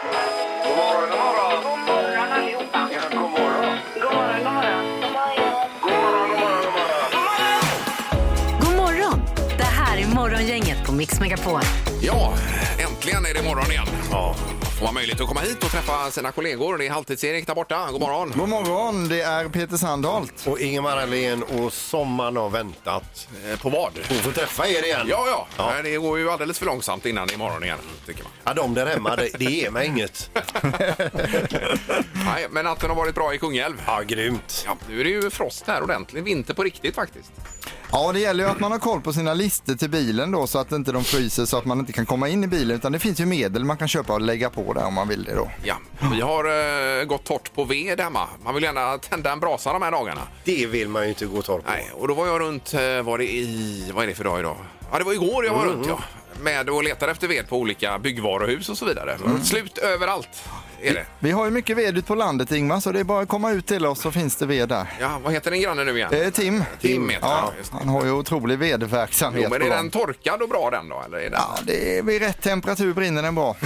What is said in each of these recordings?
God morgon, god morgon. God morgon allihopa. Ja, god morgon. God morgon, god morgon. God morgon, god morgon, god morgon. God morgon! Det här är Morgongänget på Mix Megapol. Ja, äntligen är det morgon igen. Ja. Får man möjlighet att komma hit och träffa sina kollegor. Det är Halvtids-Erik där borta. God morgon. God morgon, det är Peter Sandholt. Och Ingemar Ahlén, och sommaren har väntat. På vad? Hon får träffa er igen. Ja. Nej, det går ju alldeles för långsamt innan det är morgon igen, tycker man. Ja, de där hemma, det ger mig inget. Nej, men natten har varit bra i Kungälv. Ja, grymt. Ja, nu är det ju frost här ordentligt. Vinter på riktigt faktiskt. Ja, det gäller ju att man har koll på sina listor till bilen då, så att inte de fryser så att man inte kan komma in i bilen, utan det finns ju medel man kan köpa och lägga på där om man vill det då. Ja, vi har gått torrt på ved hemma. Man vill gärna tända en brasa de här dagarna. Det vill man ju inte gå torr på. Nej, och då var jag runt, vad är det för dag idag? Ja, det var igår jag var runt, ja. Med och letade efter ved på olika byggvaruhus och så vidare. Slut överallt är det. Vi har ju mycket ved ut på landet, Ingmar, så det är bara att komma ut till oss så finns det ved där. Ja, vad heter den grannen nu igen? Tim. Tim heter Ja, han, just det. han har ju otrolig vedverksamhet. Jo, men på är dem. den torkad och bra den då? Eller är den... Ja, det är vid rätt temperatur brinner den bra.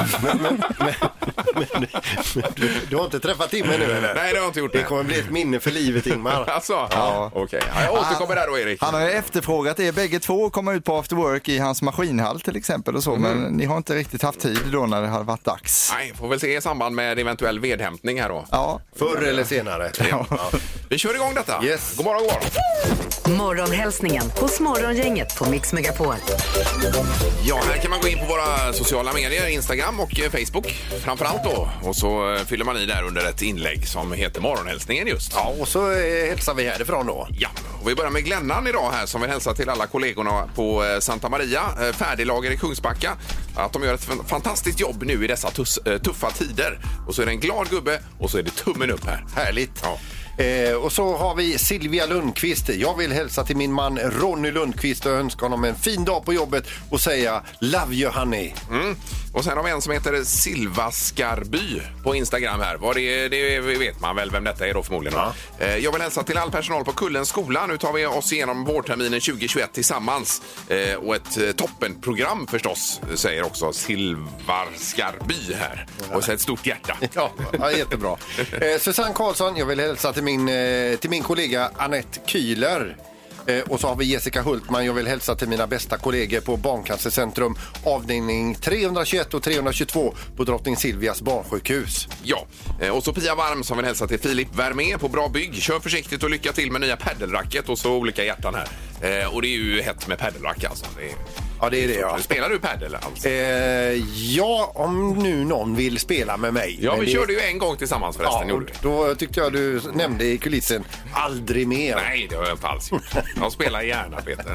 Du har inte träffat Timme nu, eller? Nej, det har jag inte gjort. Det kommer bli ett minne för livet, Ingmar. Alltså, Ja. okej. Ja, jag återkommer där då, Erik. Han har ju efterfrågat er bägge två att komma ut på after work i hans maskinhall till exempel och så, men ni har inte riktigt haft tid då när det har varit dags. Nej, får väl se i samband med eventuell vedhämtning här då. Ja. Förr eller senare. Ja. Vi kör igång detta. Yes. God morgon, god morgon. Morgonhälsningen hos Morgongänget på Mix Megapol. Ja, här kan man gå in på våra sociala medier, Instagram och Facebook framförallt då. Och så fyller man i där under ett inlägg som heter Morgonhälsningen just. Ja, och så hälsar vi härifrån då. Ja, och vi börjar med Glennan idag här som vill hälsa till alla kollegorna på Santa Maria, färdiglager i Kungsbacka. Att de gör ett fantastiskt jobb nu i dessa tuffa tider. Och så är det en glad gubbe och så är det tummen upp här. Härligt. Ja. Och så har vi Silvia Lundqvist. Jag vill hälsa till min man Ronny Lundqvist och önska honom en fin dag på jobbet och säga love you honey. Och sen har vi en som heter Silva Skarby på Instagram här. Vad det vet man väl vem detta är då förmodligen. Ja. Jag vill hälsa till all personal på Kullens skola. Nu tar vi oss igenom vårterminen 2021 tillsammans. Och ett toppenprogram förstås, säger också Silva Skarby här. Och så ett stort hjärta. Ja, jättebra. Susanne Karlsson, jag vill hälsa till min kollega Annette Kühler. Och så har vi Jessica Hultman. Jag vill hälsa till mina bästa kollegor på Barncancercentrum, avdelning 321 och 322 på Drottning Silvias barnsjukhus. Ja, och så Pia Varm som vill hälsa till Filip Värmé på Bra Bygg. Kör försiktigt och lycka till med nya paddelracket och så olika hjärtan här. Och det är ju hett med paddelrack alltså. Ja, det är det, ja. Spelar du paddel alltså? Ja, om nu någon vill spela med mig. Ja, men vi körde ju en gång tillsammans förresten. Ja, då tyckte jag du nämnde i kulissen aldrig mer. Nej, det har jag inte alls gjort. Jag spelar gärna, Peter.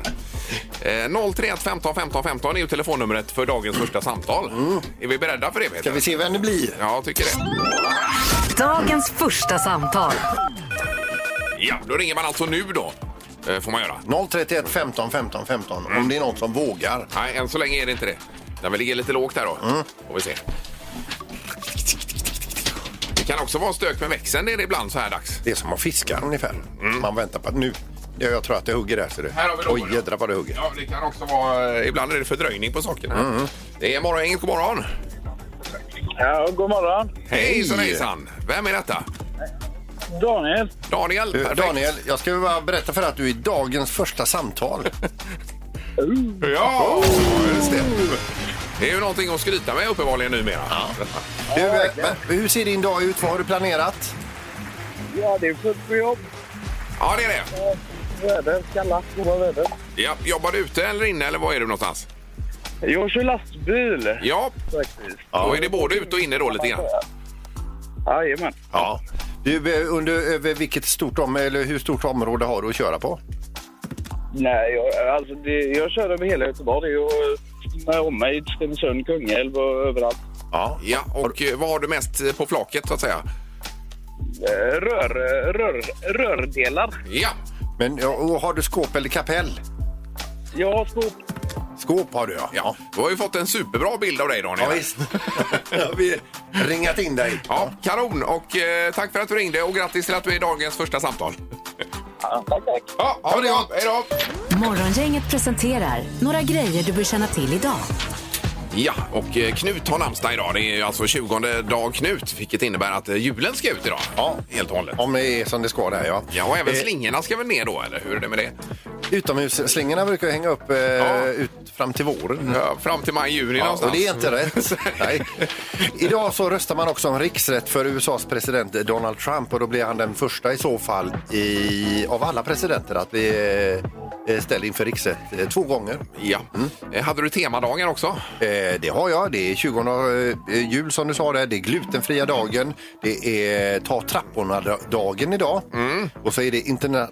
031 15 15 15 är ju telefonnumret för dagens första samtal. Är vi beredda för det, Peter? Ska vi se vem det blir? Ja, jag tycker det. Dagens första samtal. Ja, då ringer man alltså nu då. Får man göra. 031 15 15 15 om det är någon som vågar. Nej, än så länge är det inte det. Där vi ligger lite lågt där då. Får vi se. Det kan också vara stök med växeln, det är det ibland så här dags. Det är som att fiska ungefär. Man väntar på att nu. Jag tror att det hugger där. Så det. Här har vi oj, jädra vad det hugger. Ja, det kan också vara... Ibland är det fördröjning på sakerna. Det är morgon, god morgon. Ja, god morgon. Hejsan, hejsan. Vem är detta? Daniel. Daniel, perfekt. Daniel, jag ska bara berätta för att du är dagens första samtal. Ja, just det. Det är ju någonting att skryta med uppenbarligen numera. Hur ser din dag ut? Vad har du planerat? Ja, det är fullt på jobb. Ja, det är det. Väder, kalla, goda väder. Ja, jobbar du ute eller inne eller var är du någonstans? Jag kör lastbil. Ja, Faktiskt. då är det både ute och inne då lite grann. Jajamän. Ja. Du, över vilket eller hur stort område har du att köra på? Nej, jag kör över hela Göteborg och med omnejd, Stenungsund, Kungälv och överallt. Ja, och vad har du mest på flaket så att säga? Rördelar. Ja. Men och har du skåp eller kapell? Jag har skåp. Skåp har du, Ja, du har ju fått en superbra bild av dig, Daniel. Ja, visst. Vi har ringat in dig. Ja, kanon. Och tack för att du ringde och grattis till att du är dagens första samtal. Ja, tack. Ja, ha det gott. Hej då. Morgongänget presenterar några grejer du bör känna till idag. Ja, och Knut har namnsdag idag. Det är alltså 20:e dag Knut, vilket innebär att julen ska ut idag. Ja, helt och hållet. Om det är som det ska där, ja. Ja, och även slingorna ska väl ner då, eller hur är det med det? Utomhusslingorna brukar hänga upp ut fram till våren. Ja, fram till maj-juni någonstans. Och det är inte rätt. Nej. Idag så röstar man också om riksrätt för USAs president Donald Trump och då blir han den första i så fall av alla presidenter att bli ställd inför riksrätt 2 gånger. Ja. Hade du temadagar också? Det har jag. Det är 20 jul som du sa det. Det är glutenfria dagen. Det är ta trapporna-dagen idag. Och så är det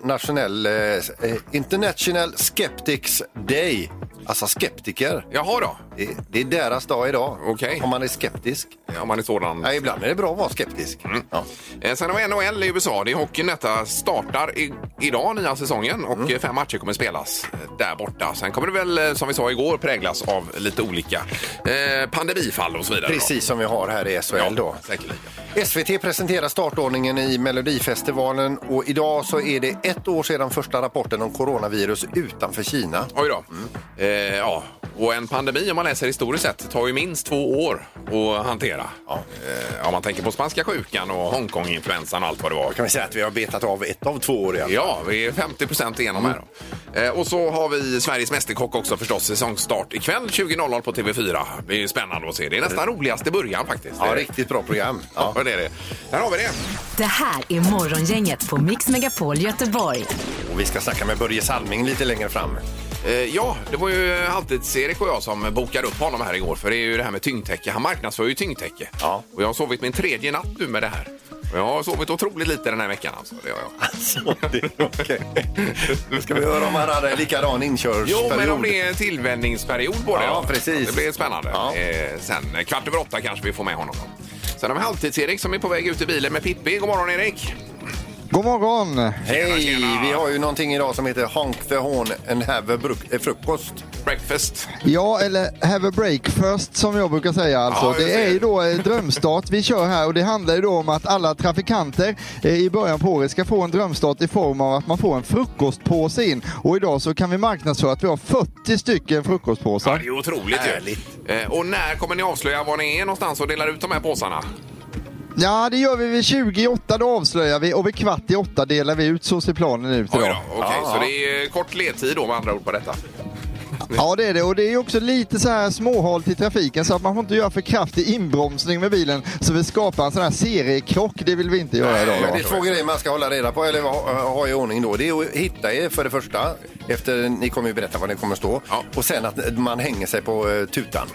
International Skeptics Day. Alltså skeptiker. Jaha då. Det är deras dag idag. Okej. Om man är skeptisk. Ja, om man är sådan. Nej, ibland är det bra att vara skeptisk. Ja. Sen har vi NHL i USA. Det är hockeyn. Detta startar idag, nya säsongen. Och 5 matcher kommer spelas där borta. Sen kommer det väl, som vi sa igår, präglas av lite olika pandemifall och så vidare. Precis som vi har här i SHL då. Säkerligen. SVT presenterar startordningen i Melodifestivalen och idag så är det 1 år sedan första rapporten om coronavirus utanför Kina. Oj då. Ja, och en pandemi om man läser historiskt sett tar ju minst 2 år att hantera. Ja. Om man tänker på spanska sjukan och Hongkong-influensan och allt vad det var. Då kan vi säga att vi har betat av 1 av 2 år igen. Ja, vi är 50% igenom här då. Och så har vi Sveriges mästerkock också förstås, säsongstart ikväll 20.00 på TV4. Det är ju spännande att se. Det är nästan roligast i början faktiskt. Ja, riktigt bra program. Ja, det är det. Där har vi det. Det här är Morgongänget på Mix Megapol Göteborg. Och vi ska snacka med Börje Salming lite längre fram. Ja, det var ju alltid Erik och jag som bokade upp honom här igår. För det är ju det här med tyngdtäcke. Han marknadsför ju tyngdtäcke. Ja. Och jag har sovit min 3:e natt nu med det här. Och jag har sovit otroligt lite den här veckan. Alltså, det har jag. Alltså, det är okej. Nu ska vi höra om han hade likadan inkörsperiod. Jo, men om det är en tillvänjningsperiod på det. Ja, precis. Det blir spännande. Ja. Sen 7:15 kanske vi får med honom. Sen har vi Halvtids-Erik som är på väg ut i bilen med Pippi. God morgon, Erik. God morgon! Hej! Vi har ju någonting idag som heter Honk the Horn and have a frukost. Breakfast. Ja, eller have a breakfast som jag brukar säga. Alltså. Ja, det är ju då drömstart vi kör här och det handlar ju då om att alla trafikanter i början på året ska få en drömstart i form av att man får en frukostpåse in. Och idag så kan vi marknadsföra att vi har 40 stycken frukostpåsar. Ja, det är otroligt ju. Och när kommer ni avslöja var ni är någonstans och delar ut de här påsarna? Ja, det gör vi vid 28, då avslöjar vi och vid 7:15 delar vi ut, så ser planen ut idag. Okej, så det är kort ledtid då med andra ord på detta. Ja, det är det. Och det är också lite så här småhalt i trafiken så att man får inte göra för kraftig inbromsning med bilen så vi skapar en sån här seriekrock. Det vill vi inte göra idag. Det är 2 grejer man ska hålla reda på eller ha i ordning då. Det är att hitta er för det första. Efter ni kommer ju berätta vad det kommer stå. Ja. Och sen att man hänger sig på tutan.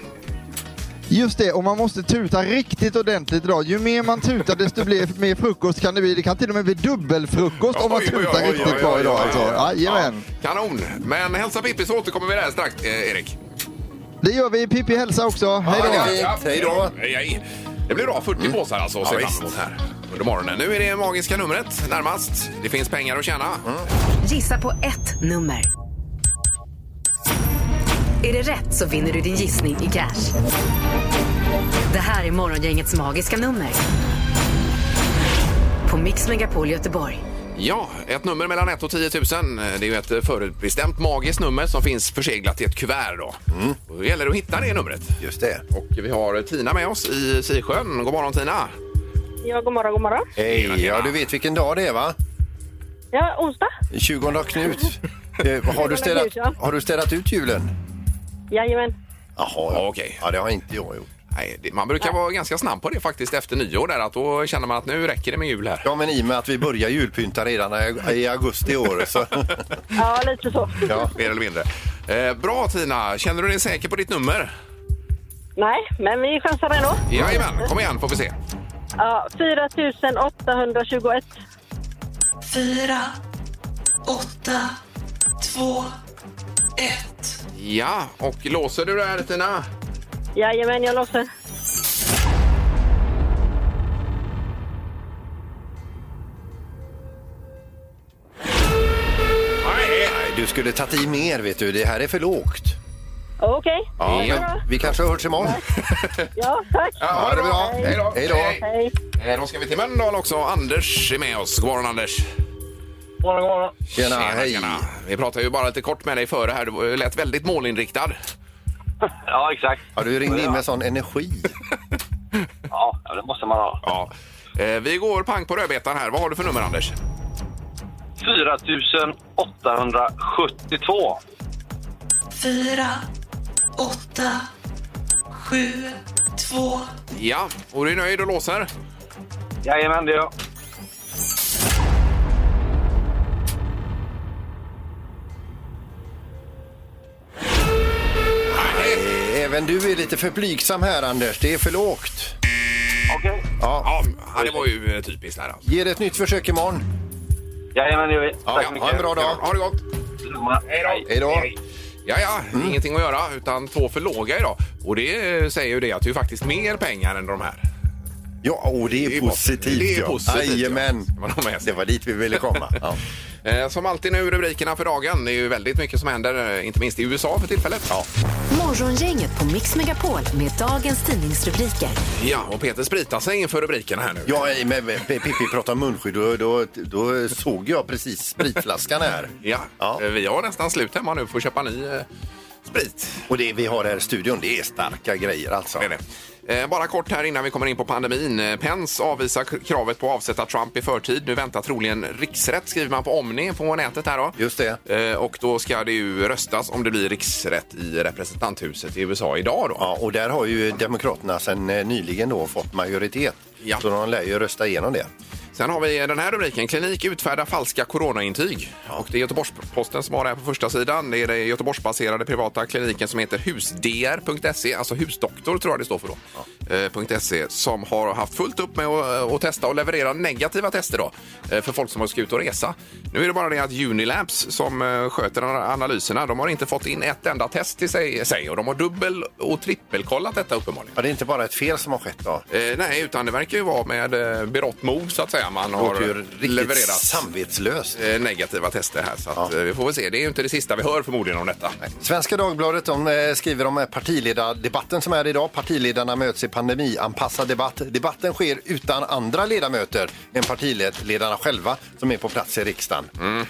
Just det, och man måste tuta riktigt ordentligt idag. Ju mer man tutar desto mer frukost kan det bli. Det kan till och med bli dubbelfrukost om man tutar riktigt bra idag. Alltså. Jajamän. Kanon. Men hälsa Pippi så återkommer vi där strax, Erik. Det gör vi. Pippi hälsa också. Hej då. Hej då. Det blir bra 40 påsar alltså att se fram emot här under morgonen. Nu är det magiska numret närmast. Det finns pengar att tjäna. Gissa på ett nummer. Är det rätt så vinner du din gissning i cash. Det här är Morgongängets magiska nummer. På Mix Megapol Göteborg. Ja, ett nummer mellan 1 och 10 000. Det är ju ett förutbestämt magiskt nummer som finns förseglat i ett kuvert då. Och då gäller det att hitta det numret. Just det. Och vi har Tina med oss i Sisjön. God morgon, Tina. Ja, god morgon, god morgon. Hej, ja du vet vilken dag det är va? Ja, onsdag. 20 Knut. Har du städat ut julen? Jajamän. Jaha, okej. Ja, det har inte jag gjort. Nej, man brukar vara ganska snabb på det faktiskt efter nyår där, att då känner man att nu räcker det med jul här. Ja, men i och med att vi börjar julpynta redan i augusti i år så... Ja, lite så. Ja, mer eller mindre. Bra Tina, känner du dig säker på ditt nummer? Nej, men vi chansar ändå. Jajamän, kom igen får vi se. Ja, 4821. 4, 8, 2, 1. Ja, och låser du där Tina? Jajamän, jag låser. Nej, du skulle tagit i mer vet du, det här är för lågt. Okej. Ja, vi kanske har hört imorgon. Ja, tack. Ja, ha det bra. Hej då. Hej då. Hej. Då ska vi till Mölndal också. Anders är med oss. God morgon Anders. God morgon. Tjena, hej. Vi pratade ju bara lite kort med dig före här. Du lät väldigt målinriktad. Ja, exakt. Ja, du ringde in med sån energi. Ja, det måste man ha. Ja. Vi går pang på rödbetan här. Vad har du för nummer, Anders? 4872. 4, 8, 7, 2. Ja, och du är nöjd och låser? Jajamän, det är jag. Även du är lite för blygsam här, Anders. Det är för lågt. Okej. Ja. Ja, det var ju typiskt här alltså. Ge det ett nytt försök imorgon. Jajamän, det gör vi. Ja, Tack så mycket. ha en bra dag. Ha det gott. Hej då. Ja, ingenting att göra utan 2 för låga idag. Och det säger ju det att det är faktiskt mer pengar än de här. Ja, och det är positivt. Det är positivt. Jajamän. Det var dit vi ville komma. Ja. Som alltid nu rubrikerna för dagen. Det är ju väldigt mycket som händer, inte minst i USA för tillfället. Ja. Morgongänget på Mix Megapol med dagens tidningsrubriker. Ja, och Peter spritar sig inför rubrikerna här nu. Ja, med Pippi pratar munskydd då såg jag precis spritflaskan här. Ja, vi har nästan slut hemma nu för att köpa ny sprit. Och det vi har här i studion, det är starka grejer alltså. Det är det. Bara kort här innan vi kommer in på pandemin. Pence avvisar kravet på att avsätta Trump i förtid. Nu väntar troligen riksrätt, skriver man på Omni på nätet här då. Just det. Och då ska det ju röstas om det blir riksrätt i representanthuset i USA idag då. Ja, och där har ju Demokraterna sedan nyligen då fått majoritet. Ja. Så de lär ju rösta igenom det. Sen har vi den här rubriken. Klinik utfärdar falska coronaintyg. Och det är Göteborgs-Posten som har det här på första sidan. Det är det Göteborgsbaserade privata kliniken som heter husdr.se. Alltså husdoktor tror jag det står för då. .se, som har haft fullt upp med att testa och leverera negativa tester då. För folk som ska ut och resa. Nu är det bara det att Unilabs som sköter analyserna. De har inte fått in ett enda test till sig. Och de har dubbel- och trippelkollat detta uppenbarligen. Ja, det är inte bara ett fel som har skett då? Nej, utan det verkar ju vara med berått mod så att säga. Man har levererat samvetslöst negativa tester här. Så att, vi får väl se. Det är ju inte det sista vi hör förmodligen om detta. Nej. Svenska Dagbladet skriver om partiledardebatten som är idag. Partiledarna möts i pandemianpassad debatt. Debatten sker utan andra ledamöter än partiledarna själva som är på plats i riksdagen.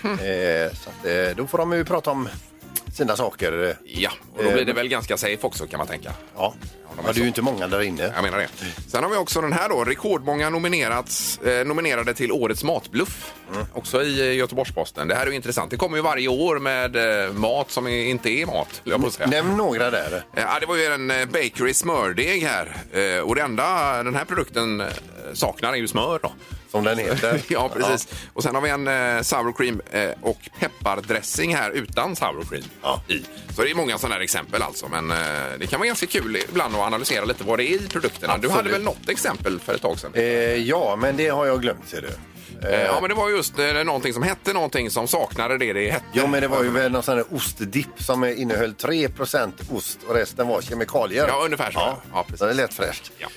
Så att, då får de ju prata om sina saker. Ja, och då blir det väl ganska safe också kan man tänka. Ja, det är ju inte många där inne. Jag menar det. Sen har vi också den här då. Rekordmånga nominerade till Årets matbluff. Också i Göteborgs-Posten. Det här är ju intressant. Det kommer ju varje år med mat som inte är mat. Nämn några där. Ja, det var ju en bakery smördeg här. Och det enda den här produkten saknar är ju smör då. Som den heter. Ja, precis. Ja. Och sen har vi en sour cream och peppardressing här utan sour cream i. Så det är många sådana här exempel alltså. Men det kan vara ganska kul ibland att analysera lite vad det är i produkterna. Absolut. Du hade väl något exempel för ett tag sedan? Ja, men det har jag glömt, ser du. Ja, men det var just någonting som hette någonting som saknade det hette. Ja, men det var ju väl någon sån här ostdipp som innehöll 3% ost och resten var kemikalier. Ja, ungefär så. Ja, precis. Så det lät fräscht. Ja.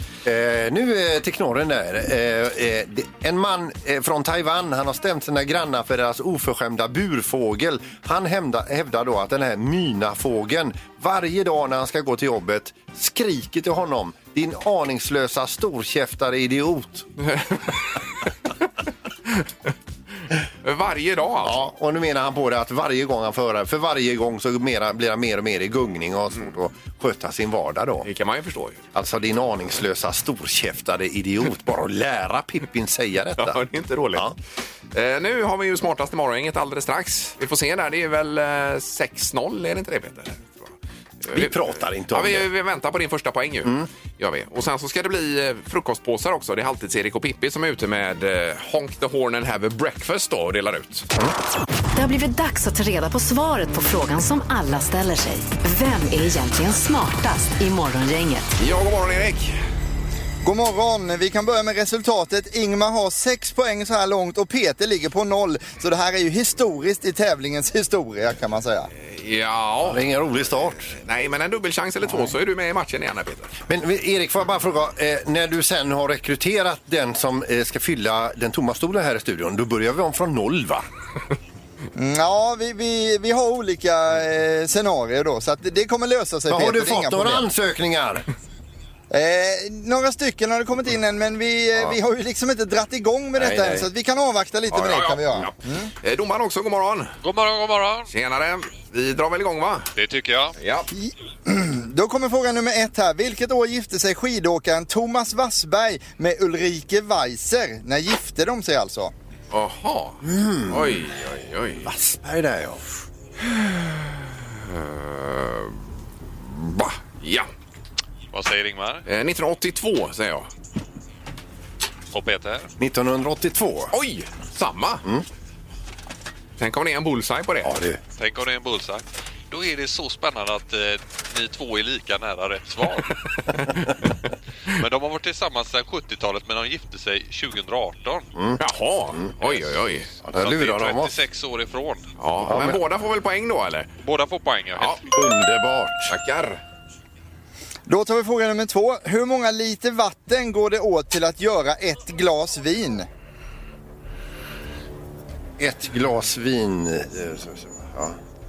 Nu till knorren där. En man från Taiwan, han har stämt sina grannar för deras oförskämda burfågel. Han hävdar då att den här mynafågeln varje dag när han ska gå till jobbet skriker till honom: din aningslösa storkäftare idiot. Varje dag alltså. Ja, och nu menar han på det att varje gång han för varje gång så blir han mer och mer i gungning och har svårt att sköta sin vardag då. Det kan man ju förstå ju. Alltså din aningslösa storkäftade idiot. Bara att lära Pippin säga detta. Ja, det är inte roligt. Ja. Nu har vi ju smartaste morgongänget alldeles strax. Vi får se där, det är väl 6-0, är det inte det, Peter? Vi pratar inte om det. Vi väntar på din första poäng ju. Gör vi. Och sen så ska det bli frukostpåsar också. Det är alltid Erik och Pippi som är ute med Honk the Horn and Have a Breakfast då och delar ut. Det har blivit dags att ta reda på svaret på frågan som alla ställer sig. Vem är egentligen smartast i morgongänget? Ja, god morgon Erik. God morgon, vi kan börja med resultatet. Ingmar har 6 poäng så här långt och Peter ligger på 0. Så det här är ju historiskt i tävlingens historia kan man säga. Ja. Det är ingen rolig start. Nej, men en dubbelchans eller 2 så är du med i matchen igen här, Peter. Men Erik, får jag bara fråga, när du sen har rekryterat den som ska fylla den tomma stolen här i studion, då börjar vi om från 0 va? Ja, vi har olika scenarier då, så att det kommer lösa sig. Men Peter, har du fått några ansökningar? Några stycken har det kommit in än, men vi har ju liksom inte dratt igång med detta än, så att vi kan avvakta lite med det kan vi göra. Ja. Domaren också, god morgon. God morgon, god morgon. Tjenare. Vi drar väl igång, va? Det tycker jag. Ja. Då kommer fråga nummer 1 här. Vilket år gifte sig skidåkaren Thomas Wassberg med Ulrike Weiser? När gifte de sig alltså? Jaha. Oj. Wassberg där, ja. Ja. Vad säger Ingmar? 1982 säger jag. Och Peter? 1982. Oj, samma. Tänk om det är en bullseye på det. Ja, det. Tänk om det är en bullseye. Då är det så spännande att ni två är lika nära rätt svar. Men de har varit tillsammans sedan 70-talet, men de gifte sig 2018. Jaha, oj. Ja, Så där det lurar är de oss. 36 år ifrån. Ja, men båda får väl poäng då, eller? Båda får poäng, ja. Underbart. Tackar. Då tar vi fråga nummer 2. Hur många liter vatten går det åt till att göra ett glas vin? Ett glas vin. Ja.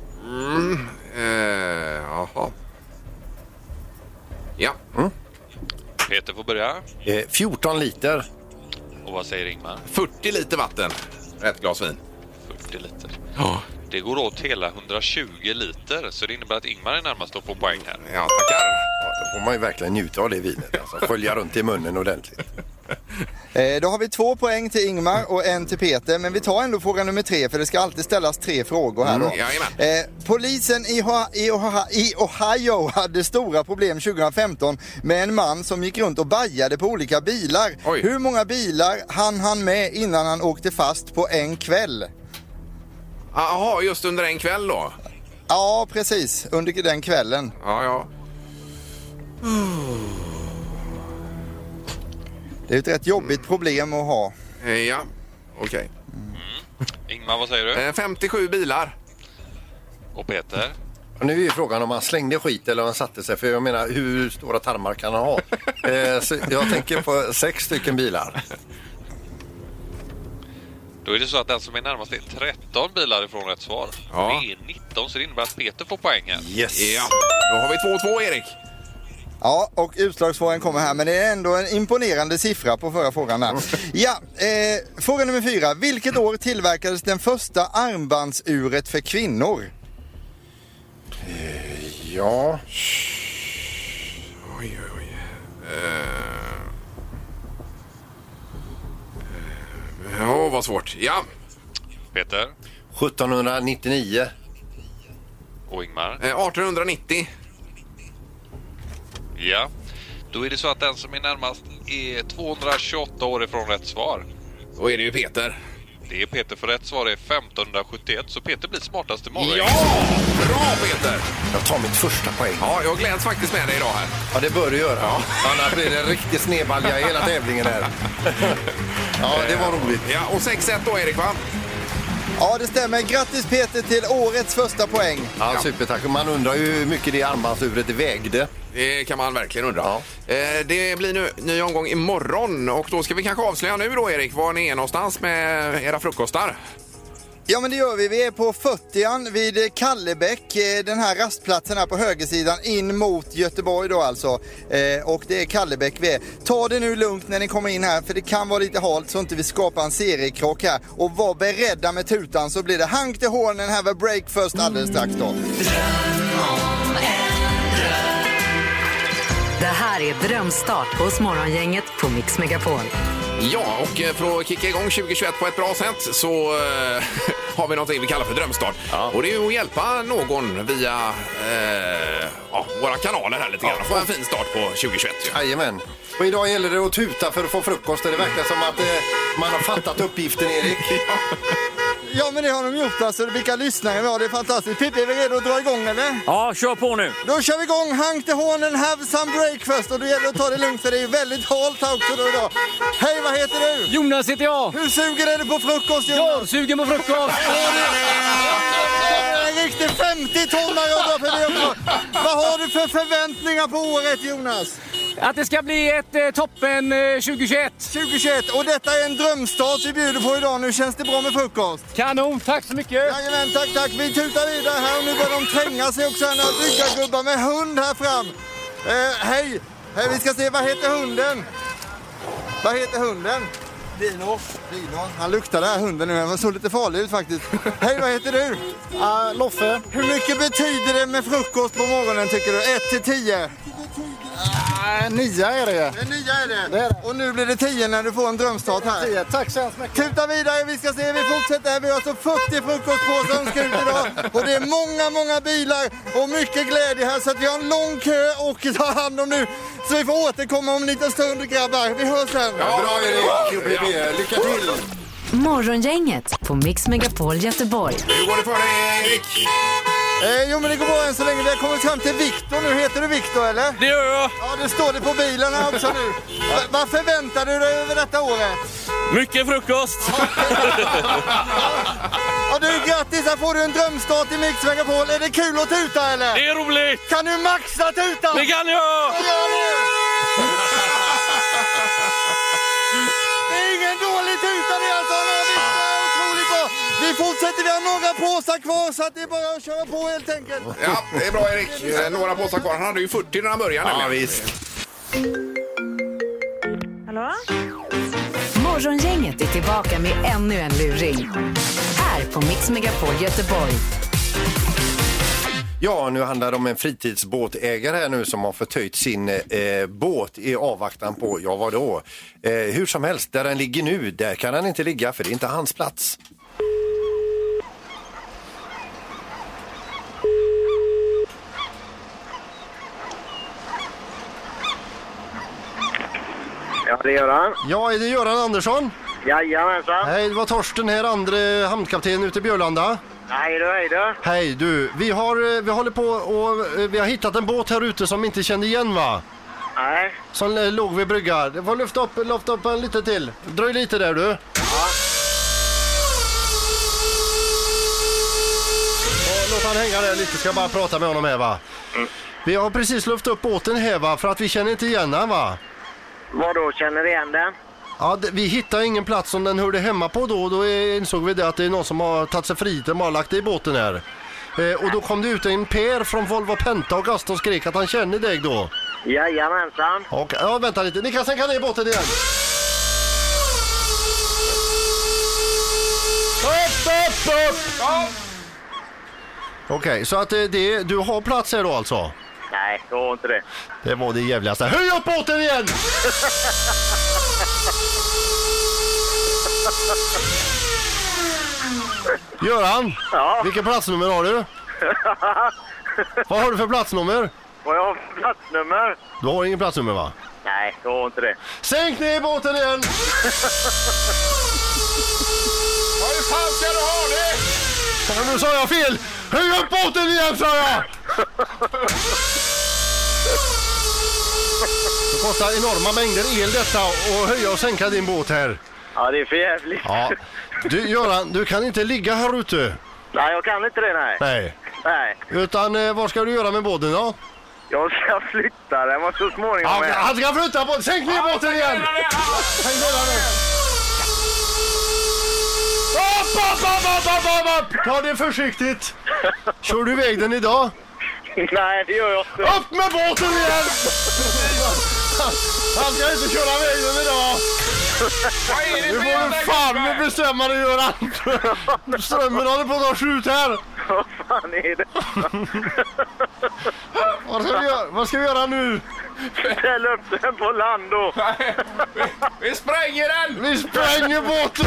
Jaha. Ja. Peter får börja. 14 liter. Och vad säger Ingmar? 40 liter vatten. Ett glas vin. 40 liter. Ja. Det går åt hela 120 liter, så det innebär att Ingmar är närmast att få poäng här. Ja, tackar. Då får man ju verkligen njuta av det vinet. Alltså, skölja runt i munnen ordentligt. Då har vi 2 poäng till Ingmar och 1 till Peter. Men vi tar ändå fråga nummer 3, för det ska alltid ställas 3 frågor här då. Polisen i Ohio hade stora problem 2015 med en man som gick runt och bajade på olika bilar. Oj. Hur många bilar han med innan han åkte fast på en kväll? Jaha, just under en kväll då? Ja, precis. Under den kvällen. Ja. Det är ett rätt jobbigt problem att ha. Ja, okej. Ingmar, vad säger du? 57 bilar. Och Peter? Och nu är ju frågan om han slängde skit eller om han satte sig. För jag menar, hur stora tarmar kan han ha? Så jag tänker på 6 stycken bilar. Då är det så att den som är närmast är 13 bilar ifrån rätt svar. Ja. Det är 19, så det innebär att Peter får poängen. Yes. Ja, då har vi 2-2, Erik. Ja, och utslagsfrågan kommer här, men det är ändå en imponerande siffra på förra frågan där. Ja, fråga nummer 4. Vilket år tillverkades den första armbandsuret för kvinnor? Ja. Oj. Ja, vad svårt. Ja. Peter? 1799. Och Ingmar? 1890. Ja. Då är det så att den som är närmast är 228 år ifrån rätt svar. Då är det ju Peter. Det är Peter, för rätt svar är 1571, så Peter blir smartast imorgon. Ja! Bra, Peter! Jag tar mitt första poäng. Ja, jag gläds faktiskt med dig idag här. Ja, det bör du göra. Ja. Annars blir det en riktig snedbalja i hela tävlingen här. Ja, det var roligt. Ja, och 6-1 då, Erik, va? Ja, det stämmer. Grattis Peter till årets första poäng. Ja, supertack. Man undrar ju hur mycket det armbandsuret vägde. Det kan man verkligen undra. Ja. Det blir nu ny omgång imorgon, och då ska vi kanske avslöja nu då, Erik, var ni är någonstans med era frukostar. Ja, men det gör vi. Vi är på 40an vid Kallebäck, den här rastplatsen här på högersidan in mot Göteborg då alltså. Och det är Kallebäck vi är. Ta det nu lugnt när ni kommer in här, för det kan vara lite halt så inte vi skapar en seriekrock här. Och var beredda med tutan, så blir det Hank the Horn and have a break först alldeles strax då. Det här är Drömstart hos Morgongänget på Mix Megapol. Ja, och för att kicka igång 2021 på ett bra sätt så har vi någonting vi kallar för drömstart. Ja. Och det är ju att hjälpa någon via våra kanaler här lite grann och få en fin start på 2021. Jajamän. Och idag gäller det att tuta för att få frukost. Det verkar som att man har fattat uppgiften, Erik. Ja, men det har de gjort alltså. Vilka lyssnare vi har, det är fantastiskt. Pippi, är vi redo att dra igång eller? Ja, kör på nu. Då kör vi igång Hank the Horn and have some breakfast. Och då gäller det att ta det lugnt, för det är väldigt halt här också då idag. Hej, vad heter du? Jonas heter jag. Hur sugen är du på frukost, Jonas? Jag sugen på frukost. En riktig 50-tonnare jag drar för det också. Vad har du för förväntningar på året, Jonas? Att det ska bli ett toppen 2021. 2021, och detta är en drömstart vi bjuder på idag. Nu känns det bra med frukost. Kanon, tack så mycket. Jajamän, tack. Vi tutar vidare här och nu börjar de tränga sig också här, några bryggargubbar med hund här fram. Hej, Hej, vi ska se, vad heter hunden? Vad heter hunden? Dino. Han luktar den här hunden nu, han såg lite farlig ut faktiskt. Hej, vad heter du? Loffe. Hur mycket betyder det med frukost på morgonen tycker du? 1-10? 9 är det. 9 är det. Det är det. Och nu blir det 10 när du får en drömstart här. 10. Tack så hemskt mycket. Tuta vidare, vi ska se, vi fortsätter här. Vi har så 40 frukostpåsar som ska ut idag. Och det är många bilar och mycket glädje här. Så att vi har en lång kö och ta hand om nu. Så vi får återkomma om en liten stund, grabbar. Vi hörs sen. Ja, bra Erik. Lycka till. Morgongänget på Mix Megapol Göteborg. Hur går det för dig, Erik? Jo, men det går bra än så länge. Vi har kommit fram till Viktor nu. Heter du Viktor, eller? Det gör jag. Ja, det står det på bilen här också nu. Vad förväntar du dig över detta året? Mycket frukost. Ja, du, grattis. Här får du en drömstart i Mix Megapol. Är det kul att tuta, eller? Det är roligt. Kan du maxa tutan? Det kan jag. Gör det! Det är ingen dålig tuta, det är alltså. Otroligt bra. Vi fortsätter, vi har några påsar kvar så att det är bara att köra på helt enkelt. Ja, det är bra Erik. Några påsar kvar. Han hade ju 40 när han började. Ja, visst. Hallå? Morgongänget är tillbaka med ännu en luring. Här på Mix Megapol Göteborg. Ja, nu handlar det om en fritidsbåtägare här nu som har förtöjt sin båt i avvaktan på, ja vadå? Hur som helst, där den ligger nu, där kan han inte ligga för det är inte hans plats. Ja, det gör han. Ja, är det Göran Andersson? Jajamensan. Hej, det var Torsten här, andre hamnkapten ute i Björlanda. Hej du. Hej du, vi håller på och vi har hittat en båt här ute som inte kände igen, va? Nej. Som låg vid brygga. Det får lyfta upp en lite till. Dröj lite där, du. Ja. Låt han hänga där lite, ska bara prata med honom här, va? Mm. Vi har precis lyft upp båten här, va? För att vi känner inte igen den, va? Vadå, känner igen den? Ja, vi hittar ingen plats som den hörde hemma på då insåg vi det att det är någon som har tagit sig fri och har lagt det i båten här. Och då kom det ut en Per från Volvo Penta och Gaston skrek att han känner dig då. Jajamensan. Okej, ja, vänta lite. Ni kan sänka ner båten igen. Upp! Ja. Okej, så att du har plats här då alltså? Nej, det var inte det. Det var det jävligaste. Höj upp båten igen! Göran, ja. Vilken platsnummer har du? Vad har du för platsnummer? Vad jag har för platsnummer? Du har ingen platsnummer, va? Nej, det var inte det. Sänk ner båten igen! Hur fan ska du ha det? Ja, nu sa jag fel! Höj upp båten igen, sa jag! Det kostar enorma mängder el detta och höja och sänka din båt här. Ja, det är för jävligt. Ja. Du, Göran, du kan inte ligga här ute. Nej, jag kan inte det, nej. Nej. Utan vad ska du göra med båten då? Jag ska flytta den så småningom. Ja, han ska flytta båten. Sänk ner båten igen! Sänk ner den. Upp! Ta det försiktigt. Kör du iväg den idag? Nej, det gör jag inte. Upp med båten igen! Han ska inte köra iväg den idag. Nu får du fan bestämma dig, Göran. Strömmen håller på att ta slut här. Vad fan är det? Vad ska vi göra nu? Ställ upp den på land då. Vi spränger den! Vi spränger båten!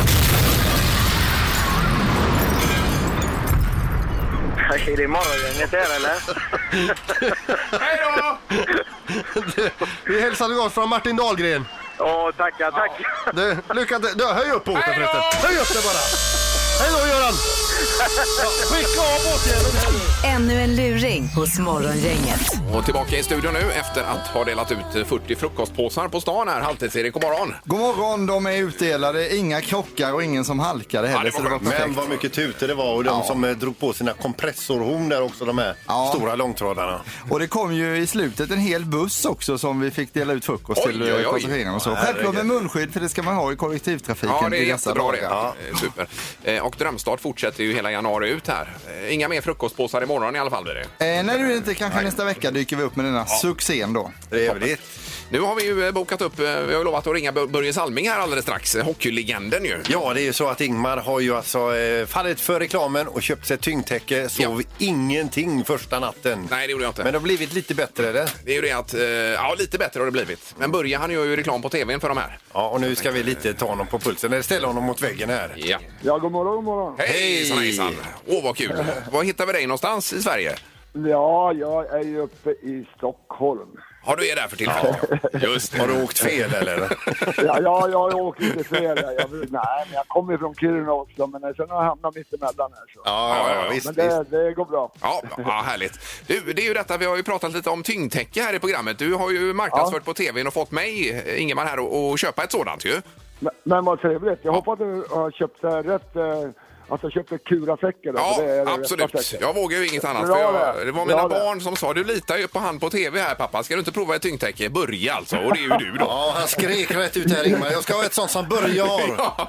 Är det morgongänget här, eller? Hej då! Vi hälsade gott från Martin Dahlgren. Tackar. Lycka till. Höj upp båten förresten. Höj upp det bara. Hej då, Göran. Skicka av båtjäveln här nu. Ännu en luring hos Morgongänget. Och tillbaka i studion nu efter att ha delat ut 40 frukostpåsar på stan här. Halvtids-Erik, god morgon. God morgon, de är utdelade. Inga krockar och ingen som halkade heller. Ja, det var men vad mycket tuter det var och de som drog på sina kompressorhorn där också, de här stora långtradarna. Och det kom ju i slutet en hel buss också som vi fick dela ut frukost till passagerarna och så. Självklart med munskydd, för det ska man ha i kollektivtrafiken. Ja, det är jättebra det. Ja. Super. Och Drömstart fortsätter ju hela januari ut här. Inga mer frukostpåsar imorgon i alla fall blir det. Nej, det är inte. Kanske nästa vecka dyker vi upp med denna succén då. Trevligt. Nu har vi ju bokat upp, vi har ju lovat att ringa Börje Salming här alldeles strax, hockeylegenden ju. Ja, det är ju så att Ingmar har ju alltså fallit för reklamen och köpt sig ett tyngdtäcke, sov ingenting första natten. Nej, det gjorde jag inte. Men det har blivit lite bättre, eller? Det är ju det att, ja, lite bättre har det blivit. Men Börje, han gör ju reklam på tvn för de här. Ja, och nu ska vi lite ta honom på pulsen, eller ställa honom mot väggen här. Ja. Ja, god morgon, god morgon. Hej, hejsan. Åh, vad kul. Var hittar vi dig någonstans i Sverige? Ja, jag är ju uppe i Stockholm. Ja, du är där för tillfället. Just det. Har du åkt fel, eller? Ja, jag åker inte fel. Nej, men jag kommer från Kiruna också, men sen har jag hamnat mitt emellan här. Så. Ja, visst. Men det går bra. Ja, härligt. Du, det är ju detta, vi har ju pratat lite om tyngdtäcke här i programmet. Du har ju marknadsfört på tvn och fått mig, Ingemar, här att köpa ett sådant ju. Men vad trevligt. Jag hoppas att du har köpt rätt... Alltså köpte kurasäckar. Ja, absolut. Jag vågar ju inget annat. För det var mina barn som sa, du litar ju på han på tv här, pappa. Ska du inte prova ett tyngdtäcke? Börja alltså. Och det är ju du då. Ja, han skrek rätt ut här, Ingmar. Jag ska ha ett sånt som Börje har. Ja.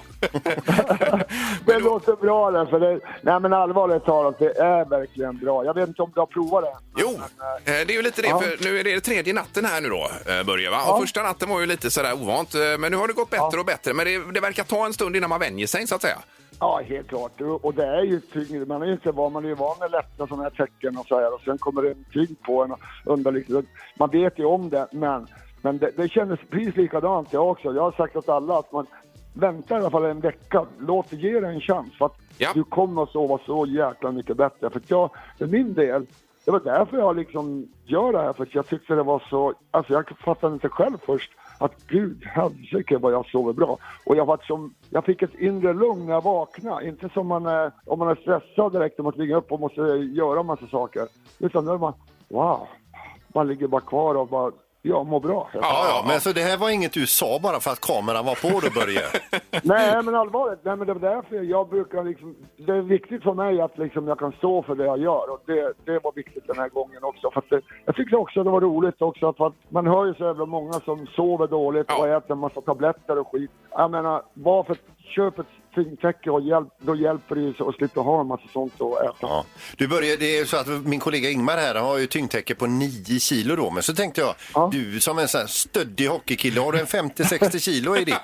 Det låter bra det, för det... Nej, men allvarligt talat, det är verkligen bra. Jag vet inte om du har provat det. Jo, det är ju lite det. För nu är det tredje natten här nu då, Börje, va? Och första natten var ju lite sådär ovant. Men nu har det gått bättre och bättre. Men det verkar ta en stund innan man vänjer sig, så att säga. Ja, helt klart. Och det är ju tyngre. Man är ju inte van, man är ju van med lätta sådana här tecken och så här. Och sen kommer det en tyngd på en underligt. Man vet ju om det, men det kändes precis likadant jag också. Jag har sagt åt alla att man väntar i alla fall en vecka. Låt ge det en chans. För att du kommer att sova så jäkla mycket bättre. För min del, det var därför jag liksom gör det här. För att jag tyckte det var så... Alltså jag fattade inte själv först att gud, helsike vad jag sover bra. Och jag fick ett inre lugn när jag vaknade. Inte som om man är stressad direkt om att ligga upp och måste göra en massa saker. Utan då är man, wow, man ligger bara kvar och bara... Ja, mår bra. Ja, men så det här var inget du sa bara för att kameran var på då, Börje? Nej, men allvarligt. Nej, men det var därför jag brukar liksom... Det är viktigt för mig att liksom jag kan stå för det jag gör. Och det var viktigt den här gången också. För att jag tyckte också att det var roligt också. För att man hör ju så jävla många som sover dåligt och äter en massa tabletter och skit. Jag menar, varför köp ett tyngdtäcke och då hjälper det ju så att slippa ha en massa sånt att äta. Ja. Du Börje, det är så att min kollega Ingmar här har ju tyngdtäcke på 9 kilo då. Men så tänkte jag, du som en sån här stöddig hockeykille, har du en 50-60 kilo i ditt?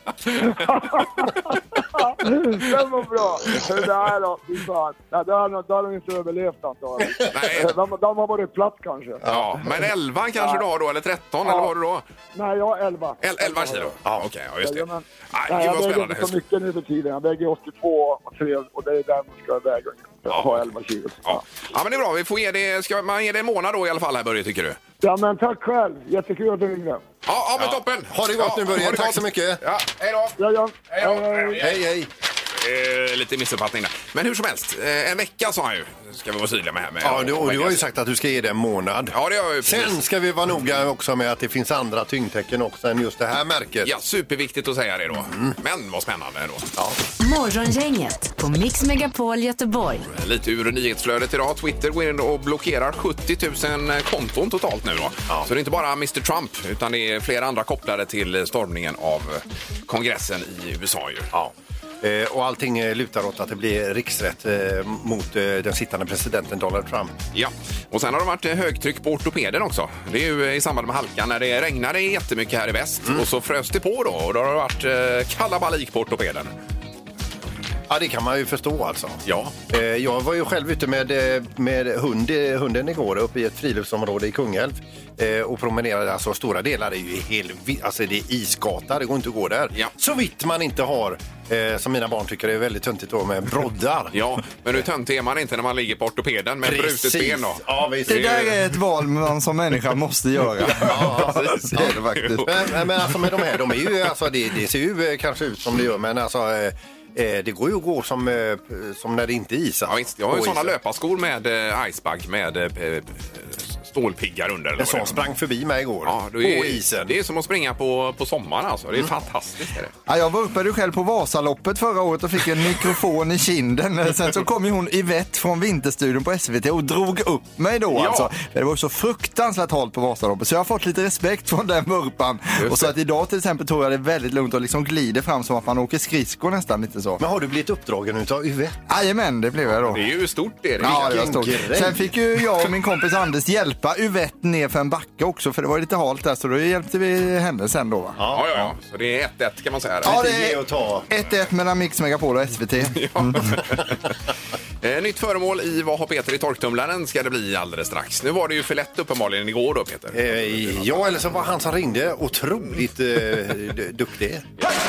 Det var bra. Det här då, då har de inte överlevt antagligen. De har varit platt kanske. Ja, men 11 kanske du har då, eller 13, eller vad har du då? Nej, jag har 11. 11 kilo? Ja, okej, just det. Nej, jag väger inte så mycket nu för tiden. Jag väger 82 och 3 och det är där man ska väga. Jag har 11 kilo. Ja, men det är bra. Vi får ge det, ska man ge det en månad då i alla fall här, Börje, tycker du? Ja, men tack själv. Jättekul att du ringde. Ja, men toppen. Ha det gott nu, Börje. Tack så mycket. Ja, hej då. Ja. Hej. Lite missuppfattning där. Men hur som helst, en vecka sa han ju. Ska vi vara tydliga med här med. Ja, du har ju sagt att du ska ge det en månad. Ja, det har jag ju. Sen ska vi vara noga också med att det finns andra tyngdtecken också än just det här märket. Ja, superviktigt att säga det då. Men vad spännande då. Ja. Morgongänget på Mix Megapol Göteborg. Lite ur nyhetsflödet idag. Twitter går in och blockerar 70 000 konton totalt nu då. Ja. Så det är inte bara Mr. Trump utan det är flera andra kopplade till stormningen av kongressen i USA ju. Ja. Och allting lutar åt att det blir riksrätt mot den sittande presidenten Donald Trump. Ja, och sen har det varit högtryck på ortopeden också. Det är ju i samband med halkan när det regnade jättemycket här i väst. Och så frös det på då och då har det varit kalabalik på ortopeden. Ja, det kan man ju förstå alltså. Ja. Jag var ju själv ute med hunden igår uppe i ett friluftsområde i Kungälv och promenerade. Alltså stora delar är ju alltså det är isgata, det går inte att gå där. Ja. Så vitt man inte har, som mina barn tycker är väldigt töntigt då, med broddar. Ja, men hur töntig är man inte när man ligger på ortopeden med brutet ben då? Ja, visst. Det där är ett val man som människa måste göra. Ja, precis. Det är det faktiskt. Men alltså med de här, de är ju, alltså det ser ju kanske ut som det gör, men alltså... det går ju att gå som när det inte är is. Ja, visst. Jag har ju sådana löparskor med icebag med stålpiggar under. En sån sprang förbi mig igår på isen. Det är som att springa på sommaren alltså. Det är fantastiskt. Är det. Ja, jag var uppe själv på Vasaloppet förra året och fick en mikrofon i kinden. Sen så kom ju hon Yvette från Vinterstudion på SVT och drog upp mig då. Ja. Alltså. Det var så fruktansvärt halt på Vasaloppet. Så jag har fått lite respekt från den vurpan. Och så att idag till exempel tror jag det är väldigt lugnt och liksom glider fram som att man åker skridskor nästan lite så. Men har du blivit uppdragen utav Yvette? Jajamän, det blev jag då. Det är ju stort det. Ja, det var stort. Sen fick ju jag och min kompis Anders hjälpa hjälpa Yvette ner för en backe också, för det var lite halt där, så då hjälpte vi henne sen då, va? Ja. Så det är 1-1 kan man säga. Ja, det är 1-1 mellan Mix Megapol och SVT. Nytt föremål i Vad har Peter i torktumlaren ska det bli alldeles strax. Nu var det ju för lätt uppenbarligen igår då, Peter. Ja, eller så var han som ringde otroligt duktig.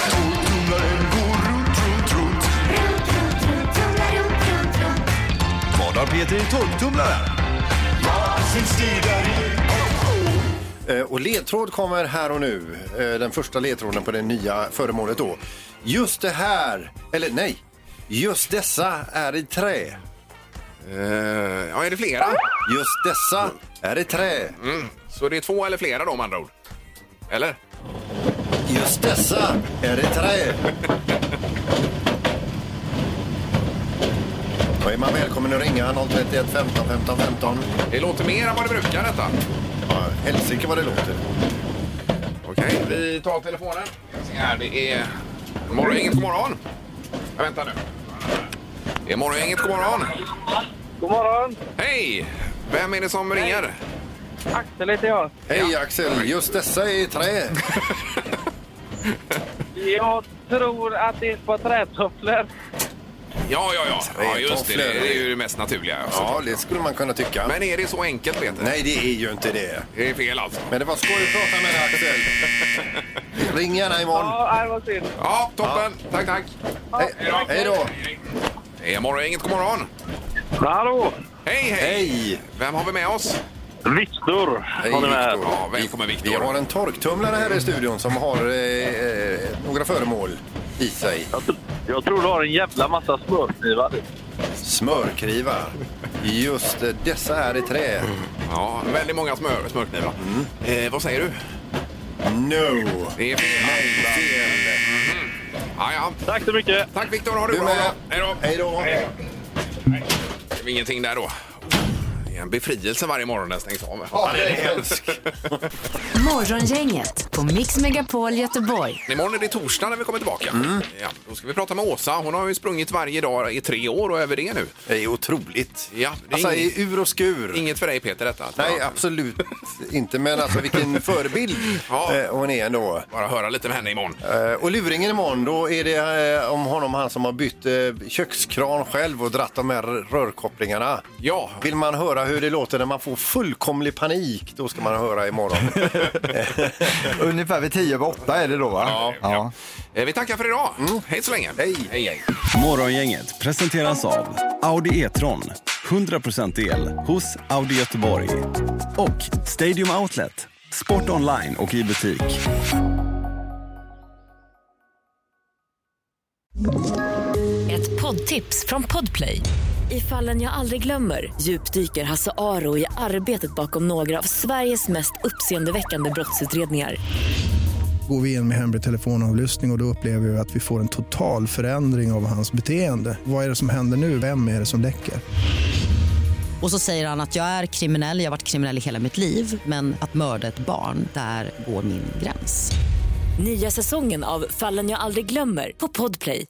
Vad har Peter i torktumlaren? Och ledtråd kommer här och nu. Den första ledtråden på det nya föremålet då. Just det här, eller nej, just dessa är i trä. Ja, är det flera? Just dessa är i trä. Så det är 2 eller flera då, med andra ord? Eller? Just dessa är i trä. Då är man välkommen att ringa 031 15 15 15. Det låter mer än vad det brukar detta. Ja, helsike vad det låter. Okej, vi tar telefonen. Se här, det är Morgongänget, god morgon. Jag väntar nu. Det är Morgongänget, god morgon. God morgon. Hej! Vem är det som ringer? Axel heter jag. Hej Axel, just dessa är i trä. Jag tror att det är på trätofflor. Ja, just det. Det är ju det mest naturliga. Ja, det skulle man kunna tycka. Men är det så enkelt, Peter? Nej, det är ju inte det. Det är fel alltså. Men det var skoj att prata med dig, Axel. Ring gärna imorgon. Ja, det var synd. Ja, toppen. Ja. Tack. Hej då. Det är Morgongänget, god morgon. Hallå. Hej. Vem har vi med oss? Viktor. Hej, Viktor. Ja, välkommen Viktor. Vi har en torktumlare här i studion som har några föremål i sig. Jag tror du har en jävla massa smörknivar. Smörknivar. Just dessa är i trä. Ja, väldigt många smörknivar. Vad säger du? No. Det är fel. Nej, fel. Ja. Tack så mycket. Tack Viktor, har du Du bra. med. Hej då. Det är ingenting där då. Det är en befrielse varje morgon när stängs av. Ja, det är hemskt. Morgongänget på Mix Megapol Göteborg. Imorgon är det torsdag när vi kommer tillbaka. Ja, då ska vi prata med Åsa. Hon har ju sprungit varje dag i 3 år och över det nu. Det är otroligt. Ja, det är alltså i ur och skur. Inget för dig Peter detta. Nej, absolut inte. Men alltså vilken förebild hon är ändå. Bara höra lite med henne imorgon. Och luringen imorgon, då är det om honom, han som har bytt kökskran själv och dratt de här rörkopplingarna. Ja. Vill man höra hur det låter när man får fullkomlig panik, då ska man höra imorgon. Ungefär vid 10:08 är det då, va? Ja. Vi tackar för idag. Hej så länge. Hej. Morgongänget presenteras av Audi E-tron. 100% el hos Audi Göteborg. Och Stadium Outlet. Sport online och i butik. Ett poddtips från Podplay. I Fallen jag aldrig glömmer djupdyker Hasse Aro i arbetet bakom några av Sveriges mest uppseendeväckande brottsutredningar. Går vi in med hemlig telefonavlyssning och då upplever vi att vi får en total förändring av hans beteende. Vad är det som händer nu? Vem är det som läcker? Och så säger han att jag är kriminell, jag har varit kriminell i hela mitt liv. Men att mörda ett barn, där går min gräns. Nya säsongen av Fallen jag aldrig glömmer på Podplay.